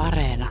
Areena.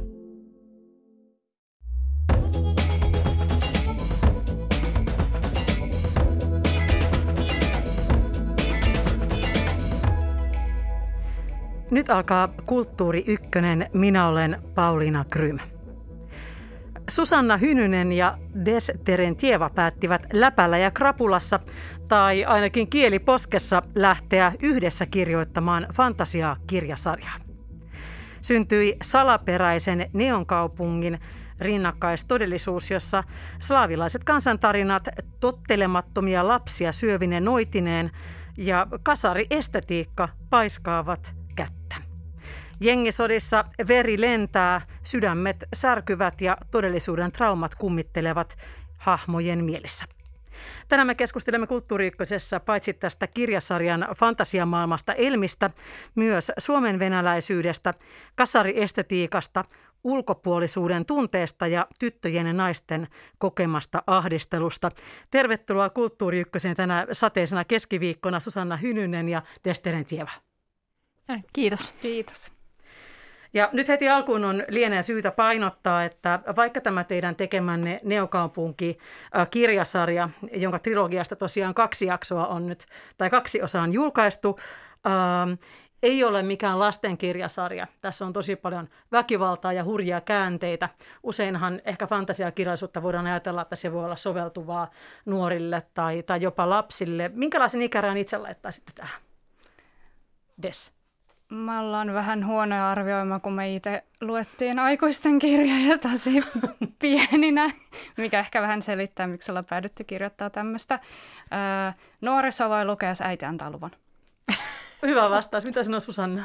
Nyt alkaa Kulttuuri Ykkönen. Minä olen Pauliina Grym. Susanna Hynynen ja Des Terentieva päättivät läpällä ja krapulassa, tai ainakin kieli poskessa, lähteä yhdessä kirjoittamaan fantasiakirjasarjaa. Syntyi salaperäisen neonkaupungin rinnakkaistodellisuus, jossa slaavilaiset kansantarinat, tottelemattomia lapsia syövine noitineen ja kasariestetiikka paiskaavat kättä. Jengisodissa veri lentää, sydämet särkyvät ja todellisuuden traumat kummittelevat hahmojen mielissä. Tänään me keskustelemme Kulttuuri Ykkösessä paitsi tästä kirjasarjan fantasiamaailmasta Elmistä, myös suomen venäläisyydestä, kasariestetiikasta, ulkopuolisuuden tunteesta ja tyttöjen ja naisten kokemasta ahdistelusta. Tervetuloa Kulttuuri Ykkösen tänä sateisena keskiviikkona Susanna Hynynen ja Des Terentieva. Kiitos. Kiitos. Ja nyt heti alkuun on lienee syytä painottaa, että vaikka tämä teidän tekemänne Neokaupunki-kirjasarja, jonka trilogiasta tosiaan 2 jaksoa on nyt, tai 2 osaa on julkaistu, ei ole mikään lastenkirjasarja. Tässä on tosi paljon väkivaltaa ja hurjia käänteitä. Useinhan ehkä fantasiakirjallisuutta voidaan ajatella, että se voi olla soveltuvaa nuorille tai jopa lapsille. Minkälaisen ikärajan itse laittaisitte tähän? Des. Mä ollaan vähän huonoja arvioimaan, kun me itse luettiin aikuisten kirjoja tosi pieninä, mikä ehkä vähän selittää, miksi ollaan päädytty kirjoittaa tämmöistä. Nuoriso voi lukea, jos äiti antaa luvan. Hyvä vastaus. Mitä sanoo Susanna?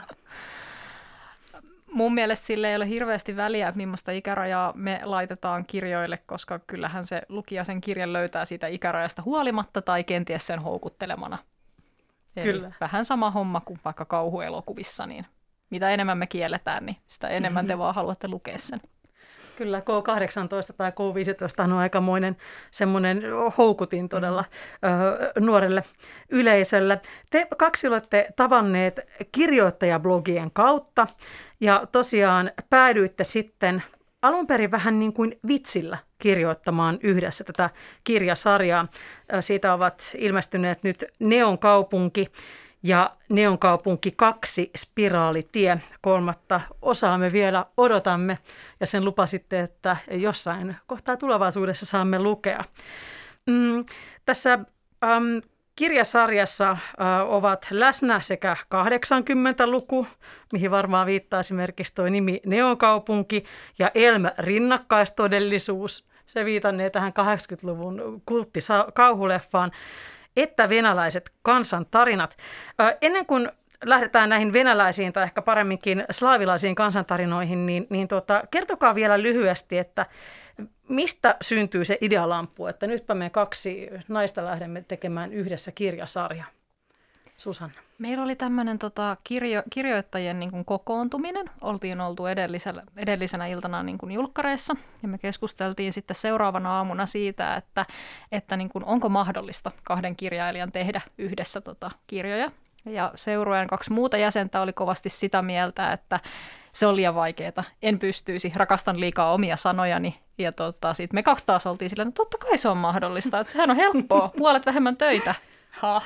Mun mielestä sille ei ole hirveästi väliä, millaista ikärajaa me laitetaan kirjoille, koska kyllähän se lukija sen kirjan löytää siitä ikärajasta huolimatta tai kenties sen houkuttelemana. Eli kyllä. Vähän sama homma kuin vaikka kauhuelokuvissa, niin mitä enemmän me kielletään, niin sitä enemmän te vaan haluatte lukea sen. Kyllä, K18 tai K15 on aikamoinen semmoinen houkutin todella nuorelle yleisölle. Te 2 olette tavanneet kirjoittajablogien kautta ja tosiaan päädyitte sitten alun perin vähän niin kuin vitsillä kirjoittamaan yhdessä tätä kirjasarjaa. Siitä ovat ilmestyneet nyt Neonkaupunki ja Neonkaupunki 2 Spiraalitie. 3. osaa me vielä odotamme ja sen lupasitte, että jossain kohtaa tulevaisuudessa saamme lukea. Tässä kirjasarjassa ovat läsnä sekä 80-luku, mihin varmaan viittaa esimerkiksi tuo nimi Neonkaupunki, ja Elm rinnakkaistodellisuus, se viitannee tähän 80-luvun kulttikauhuleffaan, että venäläiset kansantarinat. Ennen kuin lähdetään näihin venäläisiin tai ehkä paremminkin slaavilaisiin kansantarinoihin, niin kertokaa vielä lyhyesti, että mistä syntyy se idealampu, että nytpä me 2 naista lähdemme tekemään yhdessä kirjasarjaa? Susanna. Meillä oli tämmöinen kirjoittajien niin kuin kokoontuminen. Oltiin oltu edellisenä iltana niin kuin julkkareissa ja me keskusteltiin sitten seuraavana aamuna siitä, että niin kuin, onko mahdollista 2 kirjailijan tehdä yhdessä kirjoja. Ja seurueen 2 muuta jäsentä oli kovasti sitä mieltä, että se on liian vaikeaa. En pystyisi, rakastan liikaa omia sanojani. Ja sitten me 2 taas oltiin sillä, että totta kai se on mahdollista, että sehän on helppoa, puolet vähemmän töitä. Ha.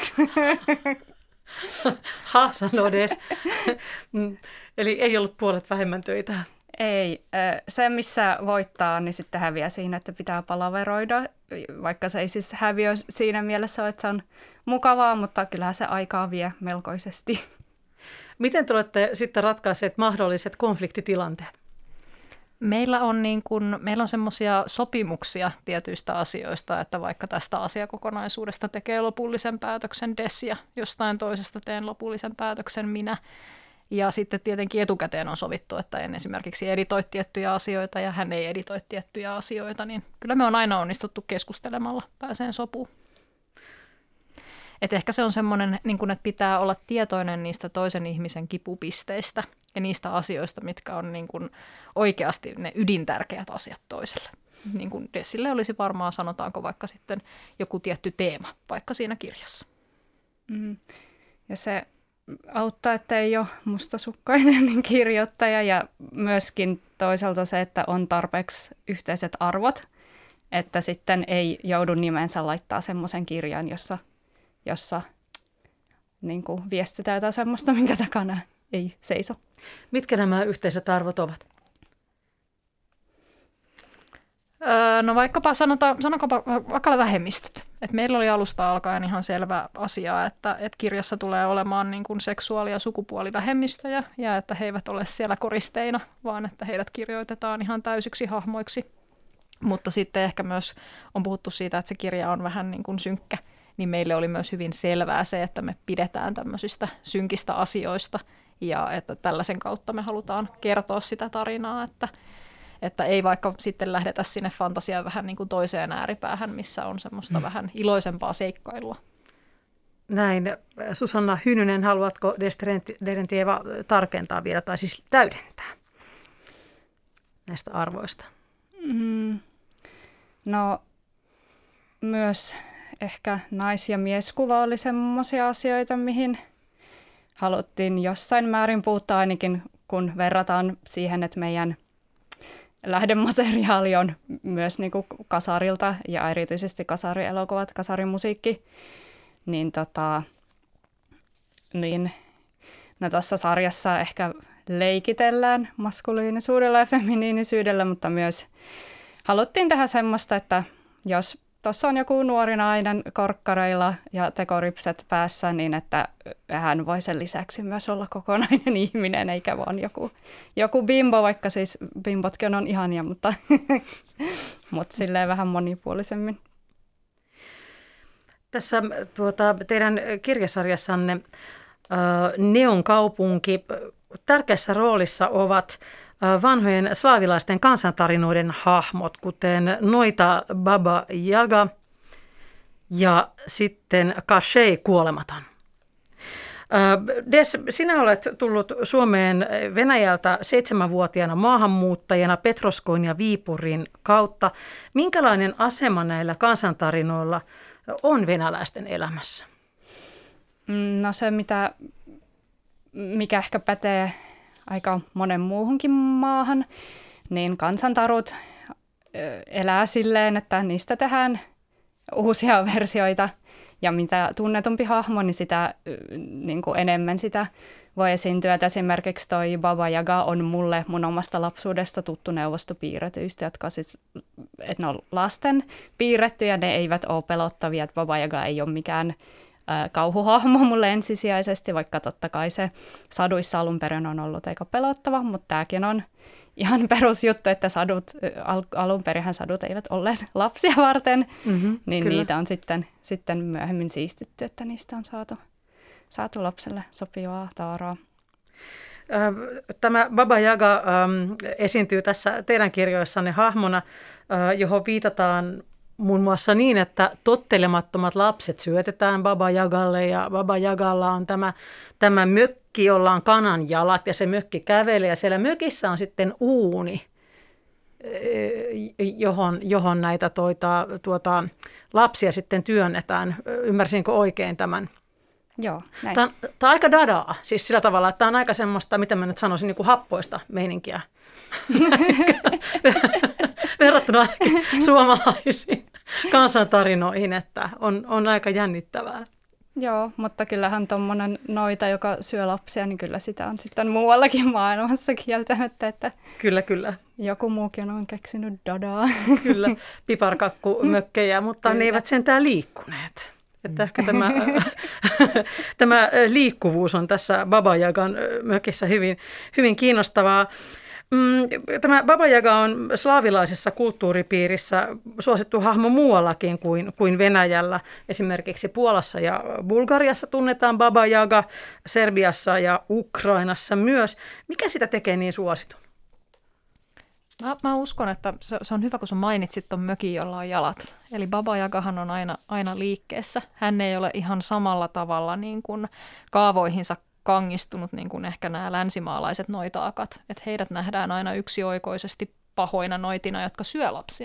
Ha, sanoo Des. Eli ei ollut puolet vähemmän töitä. Ei. Se, missä voittaa, niin sitten häviää siinä, että pitää palaveroida, vaikka se ei siis häviö siinä mielessä, että se on mukavaa, mutta kyllähän se aikaa vie melkoisesti. Miten te olette sitten ratkaisseet mahdolliset konfliktitilanteet? Meillä on semmoisia sopimuksia tietyistä asioista, että vaikka tästä asiakokonaisuudesta tekee lopullisen päätöksen Des ja jostain toisesta teen lopullisen päätöksen minä. Ja sitten tietenkin etukäteen on sovittu, että en esimerkiksi editoi tiettyjä asioita ja hän ei editoi tiettyjä asioita, niin kyllä me on aina onnistuttu keskustelemalla pääseen sopuun. Et ehkä se on semmoinen, niin kun, että pitää olla tietoinen niistä toisen ihmisen kipupisteistä ja niistä asioista, mitkä on niin kun oikeasti ne ydintärkeät asiat toiselle. Niin kun Desille olisi varmaan, sanotaanko vaikka sitten joku tietty teema, vaikka siinä kirjassa. Ja se auttaa, että ei ole mustasukkainen kirjoittaja ja myöskin toisaalta se, että on tarpeeksi yhteiset arvot, että sitten ei joudu nimensä laittaa semmoisen kirjan, jossa niin kuin viestitään jotain semmoista, minkä takana ei seiso. Mitkä nämä yhteiset arvot ovat? No vaikkapa sanokaapa vaikka vähemmistöt. Et meillä oli alusta alkaen ihan selvä asia, että kirjassa tulee olemaan niin kuin seksuaali- ja sukupuolivähemmistöjä ja että he eivät ole siellä koristeina, vaan että heidät kirjoitetaan ihan täysiksi hahmoiksi. Mutta sitten ehkä myös on puhuttu siitä, että se kirja on vähän niin kuin synkkä, niin meille oli myös hyvin selvää se, että me pidetään tämmöisistä synkistä asioista ja että tällaisen kautta me halutaan kertoa sitä tarinaa, että ei vaikka sitten lähdetä sinne fantasiaan vähän niin kuin toiseen ääripäähän, missä on semmoista vähän iloisempaa seikkailua. Näin. Susanna Hynynen, haluatko Derentieva tarkentaa vielä tai siis täydentää näistä arvoista? No myös ehkä nais- ja mieskuva oli semmoisia asioita, mihin haluttiin jossain määrin puuttua ainakin, kun verrataan siihen, että meidän lähdemateriaali on myös niin kuin kasarilta ja erityisesti kasarielokuvat, kasarimusiikki, niin no tuossa sarjassa ehkä leikitellään maskuliinisuudella ja feminiinisyydellä, mutta myös haluttiin tehdä semmoista, että jos tuossa on joku nuori nainen korkkareilla ja tekoripset päässä, niin että hän voi sen lisäksi myös olla kokonainen ihminen, eikä vaan joku bimbo, vaikka siis bimbotkin on ihania, mutta silleen vähän monipuolisemmin. Tässä teidän kirjasarjassanne Neon kaupunki tärkeässä roolissa ovat vanhojen slaavilaisten kansantarinoiden hahmot, kuten Noita Baba Yaga ja sitten Kashei kuolematon. Des, sinä olet tullut Suomeen Venäjältä 7-vuotiaana maahanmuuttajana Petroskoin ja Viipurin kautta. Minkälainen asema näillä kansantarinoilla on venäläisten elämässä? No se, mikä ehkä pätee aika monen muuhunkin maahan, niin kansantarut elää silleen, että niistä tehdään uusia versioita. Ja mitä tunnetumpi hahmo, niin sitä niin kuin enemmän sitä voi esiintyä. Et esimerkiksi toi Baba Yaga on mulle mun omasta lapsuudesta tuttu neuvostopiirretyistä, jotka siis, että ne on lasten piirretty ja ne eivät ole pelottavia. Et Baba Yaga ei ole mikään kauhuhahmo mulle ensisijaisesti, vaikka totta kai se saduissa alun perin on ollut aika pelottava, mutta tämäkin on ihan perusjuttu, että alun perinhän sadut eivät olleet lapsia varten, niin kyllä. Niitä on sitten myöhemmin siistitty, että niistä on saatu lapselle sopivaa tavaraa. Tämä Baba Yaga esiintyy tässä teidän kirjoissanne hahmona, johon viitataan muun muassa niin, että tottelemattomat lapset syötetään Baba Yagalle ja Baba Yagalla on tämä mökki, jolla on kanan jalat ja se mökki kävelee ja siellä mökissä on sitten uuni, johon näitä lapsia sitten työnnetään. Ymmärsinkö oikein tämän? Joo, näin. Tämä on aika dadaa, siis sillä tavalla, että tämä on aika semmoista, mitä mä nyt sanoisin, niin kuin happoista meininkiä verrattuna suomalaisiin kansantarinoihin, että on aika jännittävää. Joo, mutta kyllähän tuommoinen noita, joka syö lapsia, niin kyllä sitä on sitten muuallakin maailmassa kieltämättä, että Kyllä. Joku muukin on keksinyt dadaa. Kyllä, piparkakkumökkejä, mutta kyllä. Ne eivät sentään liikkuneet. Että ehkä tämä liikkuvuus on tässä Baba Yagan mökissä hyvin kiinnostavaa. Tämä Baba Yaga on slaavilaisessa kulttuuripiirissä suosittu hahmo muuallakin kuin Venäjällä. Esimerkiksi Puolassa ja Bulgariassa tunnetaan Baba Yaga, Serbiassa ja Ukrainassa myös. Mikä sitä tekee niin suositun? Mä uskon, että se on hyvä, kun sä mainitsit ton mökin, jolla on jalat. Eli Baba Yagahan on aina liikkeessä. Hän ei ole ihan samalla tavalla niin kuin kaavoihinsa kangistunut niin kuin ehkä nämä länsimaalaiset noitaakat. Että heidät nähdään aina yksioikoisesti pahoina noitina, jotka syö lapsia.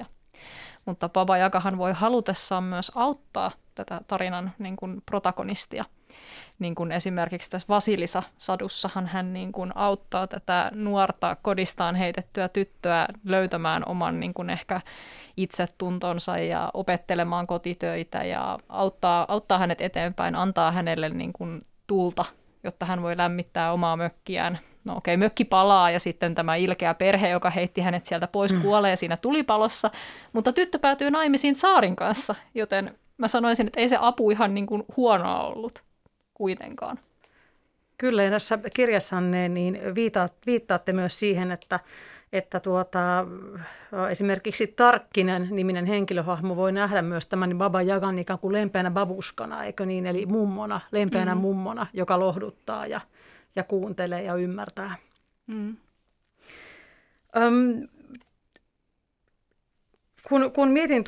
Mutta Baba Yagahan voi halutessaan myös auttaa tätä tarinan niin kuin protagonistia. niin kuin esimerkiksi tässä Vasilisa-sadussahan hän niin kuin auttaa tätä nuorta kodistaan heitettyä tyttöä löytämään oman niin kuin ehkä itsetuntonsa ja opettelemaan kotitöitä ja auttaa hänet eteenpäin, antaa hänelle niin kuin tulta, jotta hän voi lämmittää omaa mökkiään. No okei, mökki palaa ja sitten tämä ilkeä perhe, joka heitti hänet sieltä pois, kuolee siinä tulipalossa, mutta tyttö päätyy naimisiin tsaarin kanssa, joten mä sanoisin, että ei se apu ihan niin kuin huonoa ollut kuitenkaan. Kyllä, ja tässä kirjassanne niin viittaatte myös siihen, että esimerkiksi Tarkkinen-niminen henkilöhahmo voi nähdä myös tämän Baba Jagan ikään kuin lempeänä babuskana, eikö niin? Eli mummona, lempeänä mummona, joka lohduttaa ja kuuntelee ja ymmärtää. Kun mietin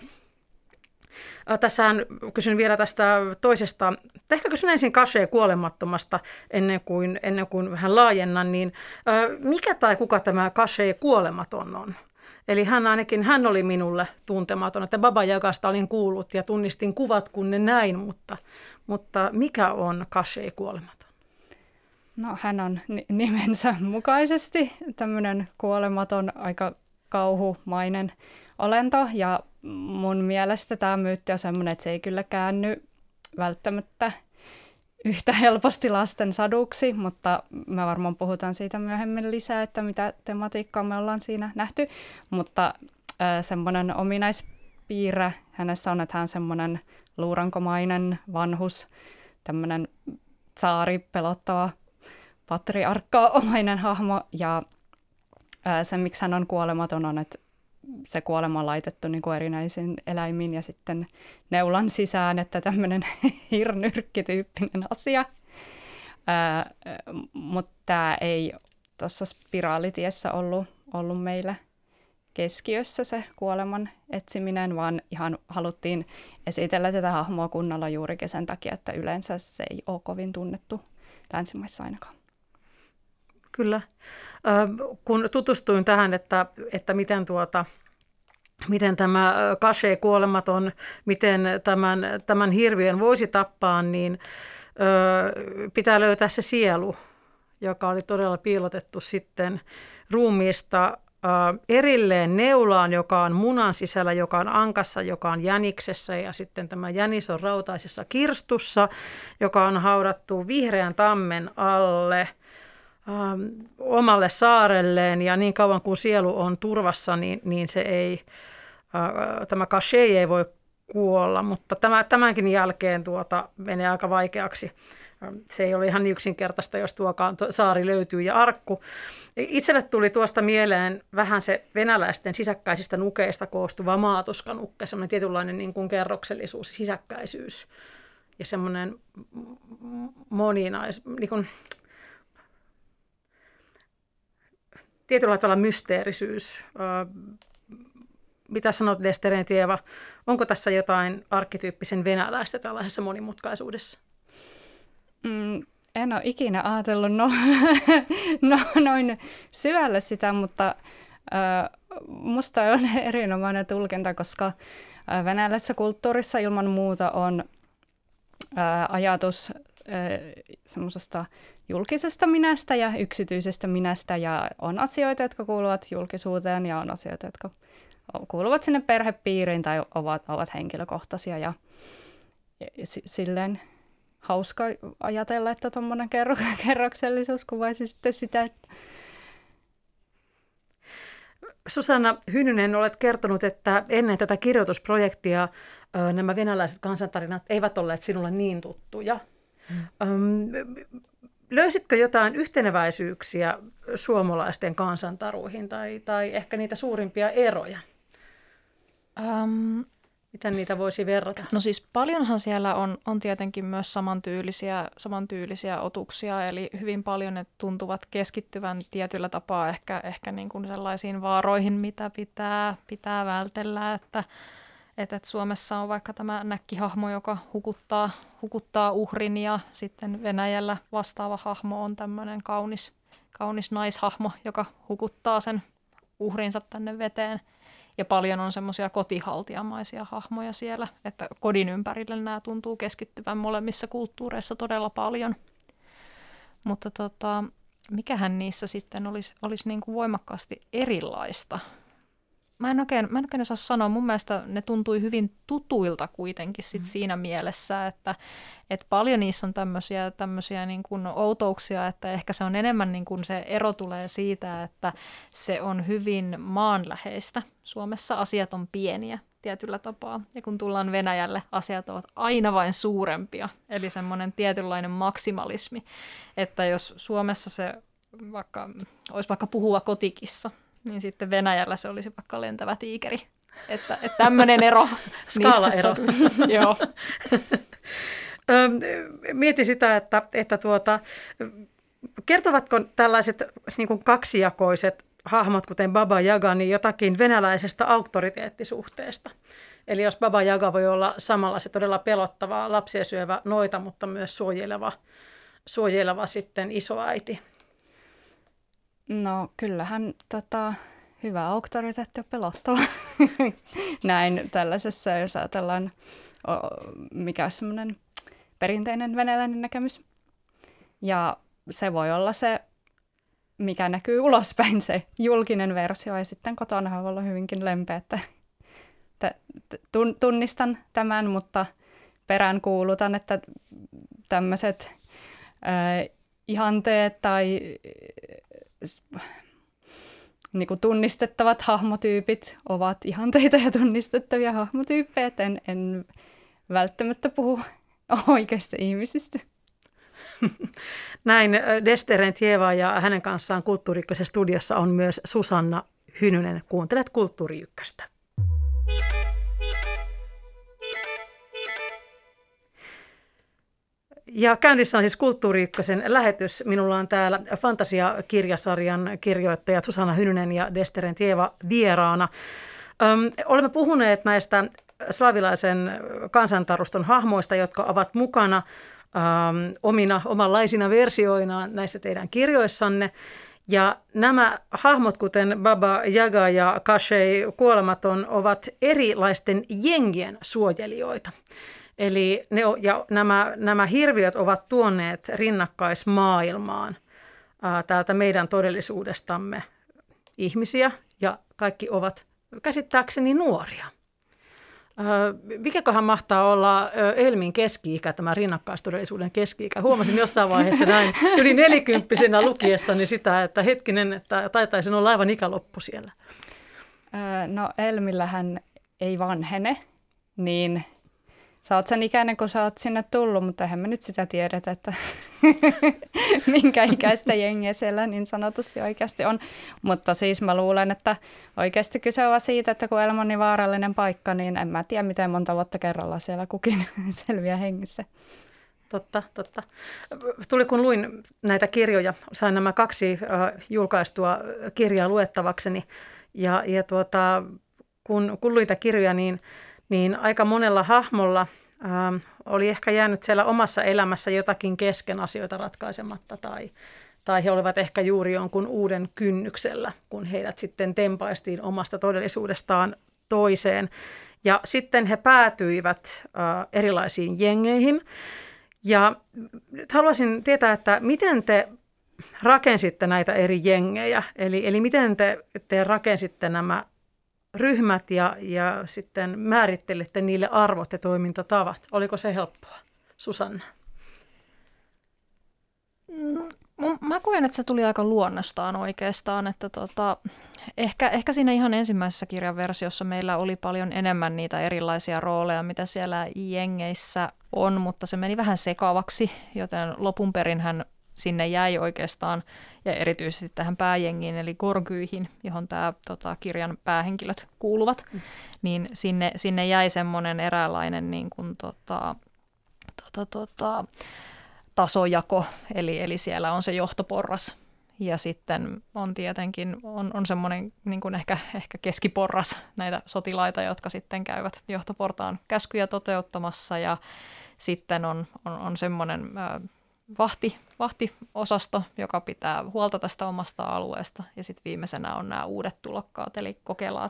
tässähän kysyn vielä tästä toisesta, ehkä kysyn ensin Cachet kuolemattomasta ennen kuin vähän laajennan, niin mikä tai kuka tämä Cachet kuolematon on? Eli hän oli minulle tuntematon, että Baba Jagasta olin kuullut ja tunnistin kuvat, kun ne näin, mutta mikä on Cachet kuolematon? No hän on nimensä mukaisesti tämmöinen kuolematon, aika kauhumainen olento ja mun mielestä tämä myytti on semmoinen, että se ei kyllä käänny välttämättä yhtä helposti lasten saduksi, mutta me varmaan puhutaan siitä myöhemmin lisää, että mitä tematiikkaa me ollaan siinä nähty, mutta semmoinen ominaispiirre hänessä on, että hän on semmoinen luurankomainen vanhus, tämmöinen tsaari, pelottava patriarkka-omainen hahmo ja se, miksi hän on kuolematon, on, että se kuolema on laitettu niin kuin erinäisiin eläimiin ja sitten neulan sisään, että tämmöinen hirnyrkkityyppinen asia. Mutta tämä ei tuossa spiraalitiessä ollut meillä keskiössä se kuoleman etsiminen, vaan ihan haluttiin esitellä tätä hahmoa kunnolla juurikin sen takia, että yleensä se ei ole kovin tunnettu länsimaissa ainakaan. Kyllä. Kun tutustuin tähän, että miten tämä Cachet kuolematon, miten tämän hirviön voisi tappaa, niin pitää löytää se sielu, joka oli todella piilotettu sitten ruumiista erilleen neulaan, joka on munan sisällä, joka on ankassa, joka on jäniksessä ja sitten tämä jänis on rautaisessa kirstussa, joka on haudattu vihreän tammen alle omalle saarelleen ja niin kauan kuin sielu on turvassa, niin se ei, tämä Cachet ei voi kuolla, mutta tämänkin jälkeen menee aika vaikeaksi. Se ei ole ihan yksinkertaista, jos tuokaan saari löytyy ja arkku. Itselle tuli tuosta mieleen vähän se venäläisten sisäkkäisistä nukeista koostuva maatuskanukke, semmoinen tietynlainen niin kuin kerroksellisuus ja sisäkkäisyys ja semmoinen niin kuin tietyllä tavalla mysteerisyys. Mitä sanot, Lesterentieva? Onko tässä jotain arkkityyppisen venäläistä tällaisessa monimutkaisuudessa? En ole ikinä ajatellut noin syvälle sitä, mutta musta on erinomainen tulkinta, koska venäläisessä kulttuurissa ilman muuta on ajatus semmoisesta julkisesta minästä ja yksityisestä minästä ja on asioita, jotka kuuluvat julkisuuteen ja on asioita, jotka kuuluvat sinne perhepiiriin tai ovat henkilökohtaisia ja silleen hauska ajatella, että tuommoinen kerroksellisuus kuvaisi sitten sitä, että Susanna Hynynen, olet kertonut, että ennen tätä kirjoitusprojektia nämä venäläiset kansantarinat eivät olleet sinulle niin tuttuja. Löysitkö jotain yhteneväisyyksiä suomalaisten kansantaruihin tai ehkä niitä suurimpia eroja? Miten niitä voisi verrata? No siis paljonhan siellä on tietenkin myös samantyylisiä otuksia, eli hyvin paljon ne tuntuvat keskittyvän tietyllä tapaa ehkä niin kuin sellaisiin vaaroihin, mitä pitää vältellä, että Suomessa on vaikka tämä näkkihahmo, joka hukuttaa uhrin ja sitten Venäjällä vastaava hahmo on tämmöinen kaunis naishahmo, joka hukuttaa sen uhrinsa tänne veteen. Ja paljon on semmoisia kotihaltijamaisia hahmoja siellä, että kodin ympärille nämä tuntuu keskittyvän molemmissa kulttuureissa todella paljon. Mutta mikähän niissä sitten olisi niin kuin voimakkaasti erilaista? Mä en oikein osaa sanoa. Mun mielestä ne tuntui hyvin tutuilta kuitenkin sit siinä mielessä, että paljon niissä on tämmöisiä niin kuin outouksia, että ehkä se on enemmän niin kuin se ero tulee siitä, että se on hyvin maanläheistä. Suomessa asiat on pieniä tietyllä tapaa, ja kun tullaan Venäjälle, asiat ovat aina vain suurempia, eli semmoinen tietynlainen maksimalismi, että jos Suomessa se olisi vaikka puhuva kotikissa, niin sitten Venäjällä se olisi vaikka lentävä tiikeri. Että tämmöinen ero niissä soduissa. Joo. Mieti sitä, että kertovatko tällaiset niin kuin kaksijakoiset hahmot, kuten Baba Yaga, niin jotakin venäläisestä auktoriteettisuhteesta. Eli jos Baba Yaga voi olla samalla se todella pelottava, lapsia syövä noita, mutta myös suojeleva sitten isoäiti. No kyllähän hyvä auktoriteetti on pelottava. Näin tällaisessa, jos ajatellaan, mikä on semmoinen perinteinen venäläinen näkemys. Ja se voi olla se, mikä näkyy ulospäin, se julkinen versio, ja sitten kotona voi olla hyvinkin lempeä, että tunnistan tämän, mutta peräänkuulutan, että tämmöiset ihanteet tai niin kuin tunnistettavat hahmotyypit ovat ihanteita ja tunnistettavia hahmotyyppejä, en välttämättä puhu oikeista ihmisistä. Näin Desterentjeva ja hänen kanssaan Kulttuuri Ykkösen studiossa on myös Susanna Hynynen. Kuuntelet Kulttuuri Ykköstä. Ja käynnissä on siis Kulttuuri Ykkösen lähetys. Minulla on täällä fantasiakirjasarjan kirjoittajat Susanna Hynynen ja Desterentjeva vieraana. Olemme puhuneet näistä slaavilaisen kansantaruston hahmoista, jotka ovat mukana omanlaisina versioinaan näissä teidän kirjoissanne. Ja nämä hahmot, kuten Baba Yaga ja Kashei Kuolematon, ovat erilaisten jengien suojelijoita. Eli nämä hirviöt ovat tuoneet rinnakkaismaailmaan täältä meidän todellisuudestamme ihmisiä, ja kaikki ovat käsittääkseni nuoria. Mikäköhän mahtaa olla Elmin keski-ikä, tämä rinnakkaistodellisuuden keski-ikä? Huomasin jossain vaiheessa näin yli 40-vuotiaana lukiessani sitä, että hetkinen, että taitaisin olla aivan ikäloppu siellä. No Elmillähän ei vanhene, niin sä oot sen ikäinen, kun sä oot sinne tullut, mutta eihän me nyt sitä tiedetä, että minkä ikäistä jengiä siellä niin sanotusti oikeasti on. Mutta siis mä luulen, että oikeasti kyse on siitä, että kun Elma on niin vaarallinen paikka, niin en mä tiedä, miten monta vuotta kerrallaan siellä kukin selviää hengissä. Totta. Tuli kun luin näitä kirjoja, sain nämä 2 julkaistua kirjaa luettavakseni, ja kun luin näitä kirjoja, niin aika monella hahmolla oli ehkä jäänyt siellä omassa elämässä jotakin kesken asioita ratkaisematta, tai he olivat ehkä juuri jonkun uuden kynnyksellä, kun heidät sitten tempaistiin omasta todellisuudestaan toiseen. Ja sitten he päätyivät erilaisiin jengeihin. Ja nyt haluaisin tietää, että miten te rakensitte näitä eri jengejä, eli miten te rakensitte nämä ryhmät ja sitten määrittelitte niille arvot ja toimintatavat. Oliko se helppoa, Susanna? Mä koen, että se tuli aika luonnostaan oikeastaan, että ehkä siinä ihan ensimmäisessä kirjan versiossa meillä oli paljon enemmän niitä erilaisia rooleja, mitä siellä jengeissä on, mutta se meni vähän sekavaksi, joten lopun perinhän sinne jäi oikeastaan, ja erityisesti tähän pääjengiin, eli Gorgyihin, johon tämä kirjan päähenkilöt kuuluvat, niin sinne jäi semmoinen eräänlainen niin kuin, tasojako, eli siellä on se johtoporras, ja sitten on tietenkin on semmoinen niin kuin ehkä keskiporras, näitä sotilaita, jotka sitten käyvät johtoportaan käskyjä toteuttamassa, ja sitten on semmoinen vahtiosasto, joka pitää huolta tästä omasta alueesta, ja sitten viimeisenä on nämä uudet tulokkaat, eli kokelaat,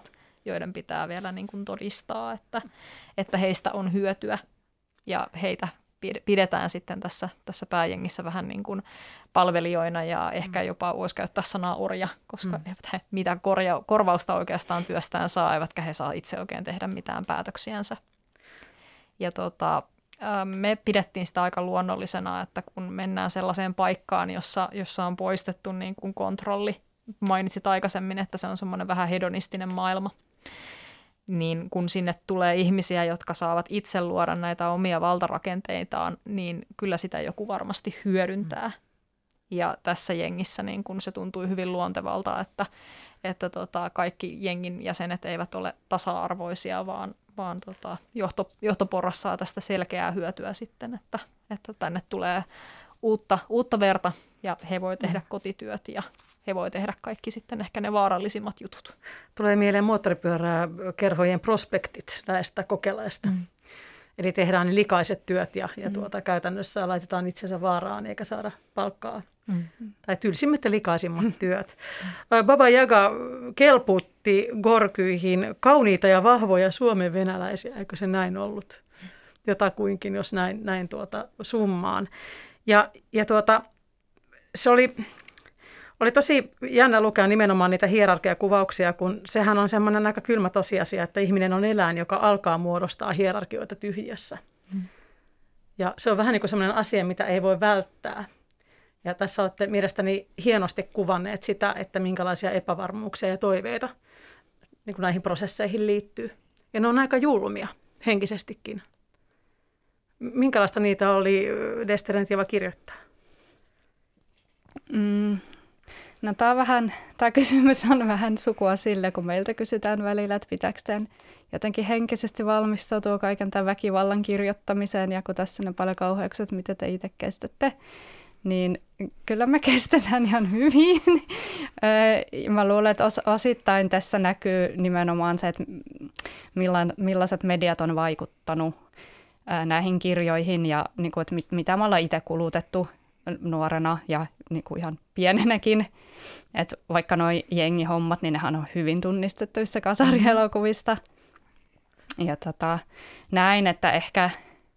joiden pitää vielä niin kuin todistaa, että heistä on hyötyä ja heitä pidetään sitten tässä pääjengissä vähän niin kuin palvelijoina ja ehkä jopa voisi käyttää sanaa orja, koska eivät he mitään korvausta oikeastaan työstään saa, eivätkä he saa itse oikein tehdä mitään päätöksiänsä. Ja me pidettiin sitä aika luonnollisena, että kun mennään sellaiseen paikkaan, jossa on poistettu niin kuin kontrolli, mainitsit aikaisemmin, että se on semmoinen vähän hedonistinen maailma, niin kun sinne tulee ihmisiä, jotka saavat itse luoda näitä omia valtarakenteitaan, niin kyllä sitä joku varmasti hyödyntää. Ja tässä jengissä niin kun se tuntui hyvin luontevalta, että kaikki jengin jäsenet eivät ole tasa-arvoisia, vaan johtoporras saa tästä selkeää hyötyä sitten, että tänne tulee uutta verta ja he voi tehdä kotityöt ja he voi tehdä kaikki sitten ehkä ne vaarallisimmat jutut. Tulee mieleen moottoripyöräkerhojen prospektit näistä kokelaista. Eli tehdään ne likaiset työt ja käytännössä laitetaan itsensä vaaraan eikä saada palkkaa. Tai tylsimmät ja likaisimmat työt. Baba Yaga kelpuutti Gorkyihin kauniita ja vahvoja Suomen venäläisiä, eikö se näin ollut? Jotakuinkin, jos näin summaan. Ja se oli tosi jännä lukea nimenomaan niitä hierarkiakuvauksia, kun sehän on semmoinen aika kylmä tosiasia, että ihminen on eläin, joka alkaa muodostaa hierarkioita tyhjässä. Ja se on vähän niin kuin semmoinen asia, mitä ei voi välttää. Ja tässä olette mielestäni hienosti kuvanneet sitä, että minkälaisia epävarmuuksia ja toiveita niin kuin näihin prosesseihin liittyy. Ja ne on aika julmia henkisestikin. Minkälaista niitä oli Desterentjeva kirjoittaa? No tämä kysymys on vähän sukua sille, kun meiltä kysytään välillä, että pitääkö tämän jotenkin henkisesti valmistautua kaiken tämän väkivallan kirjoittamiseen, ja kun tässä on paljon kauheukset, mitä te itse kestätte, niin kyllä me kestetään ihan hyvin. Mä luulen, että osittain tässä näkyy nimenomaan se, että millaiset mediat on vaikuttanut näihin kirjoihin ja niin kuin, että mitä me ollaan itse kulutettu nuorena ja niin kuin ihan pienenäkin. Että vaikka nuo jengihommat, niin nehän on hyvin tunnistettavissa kasarielokuvista. Ja näin, että ehkä,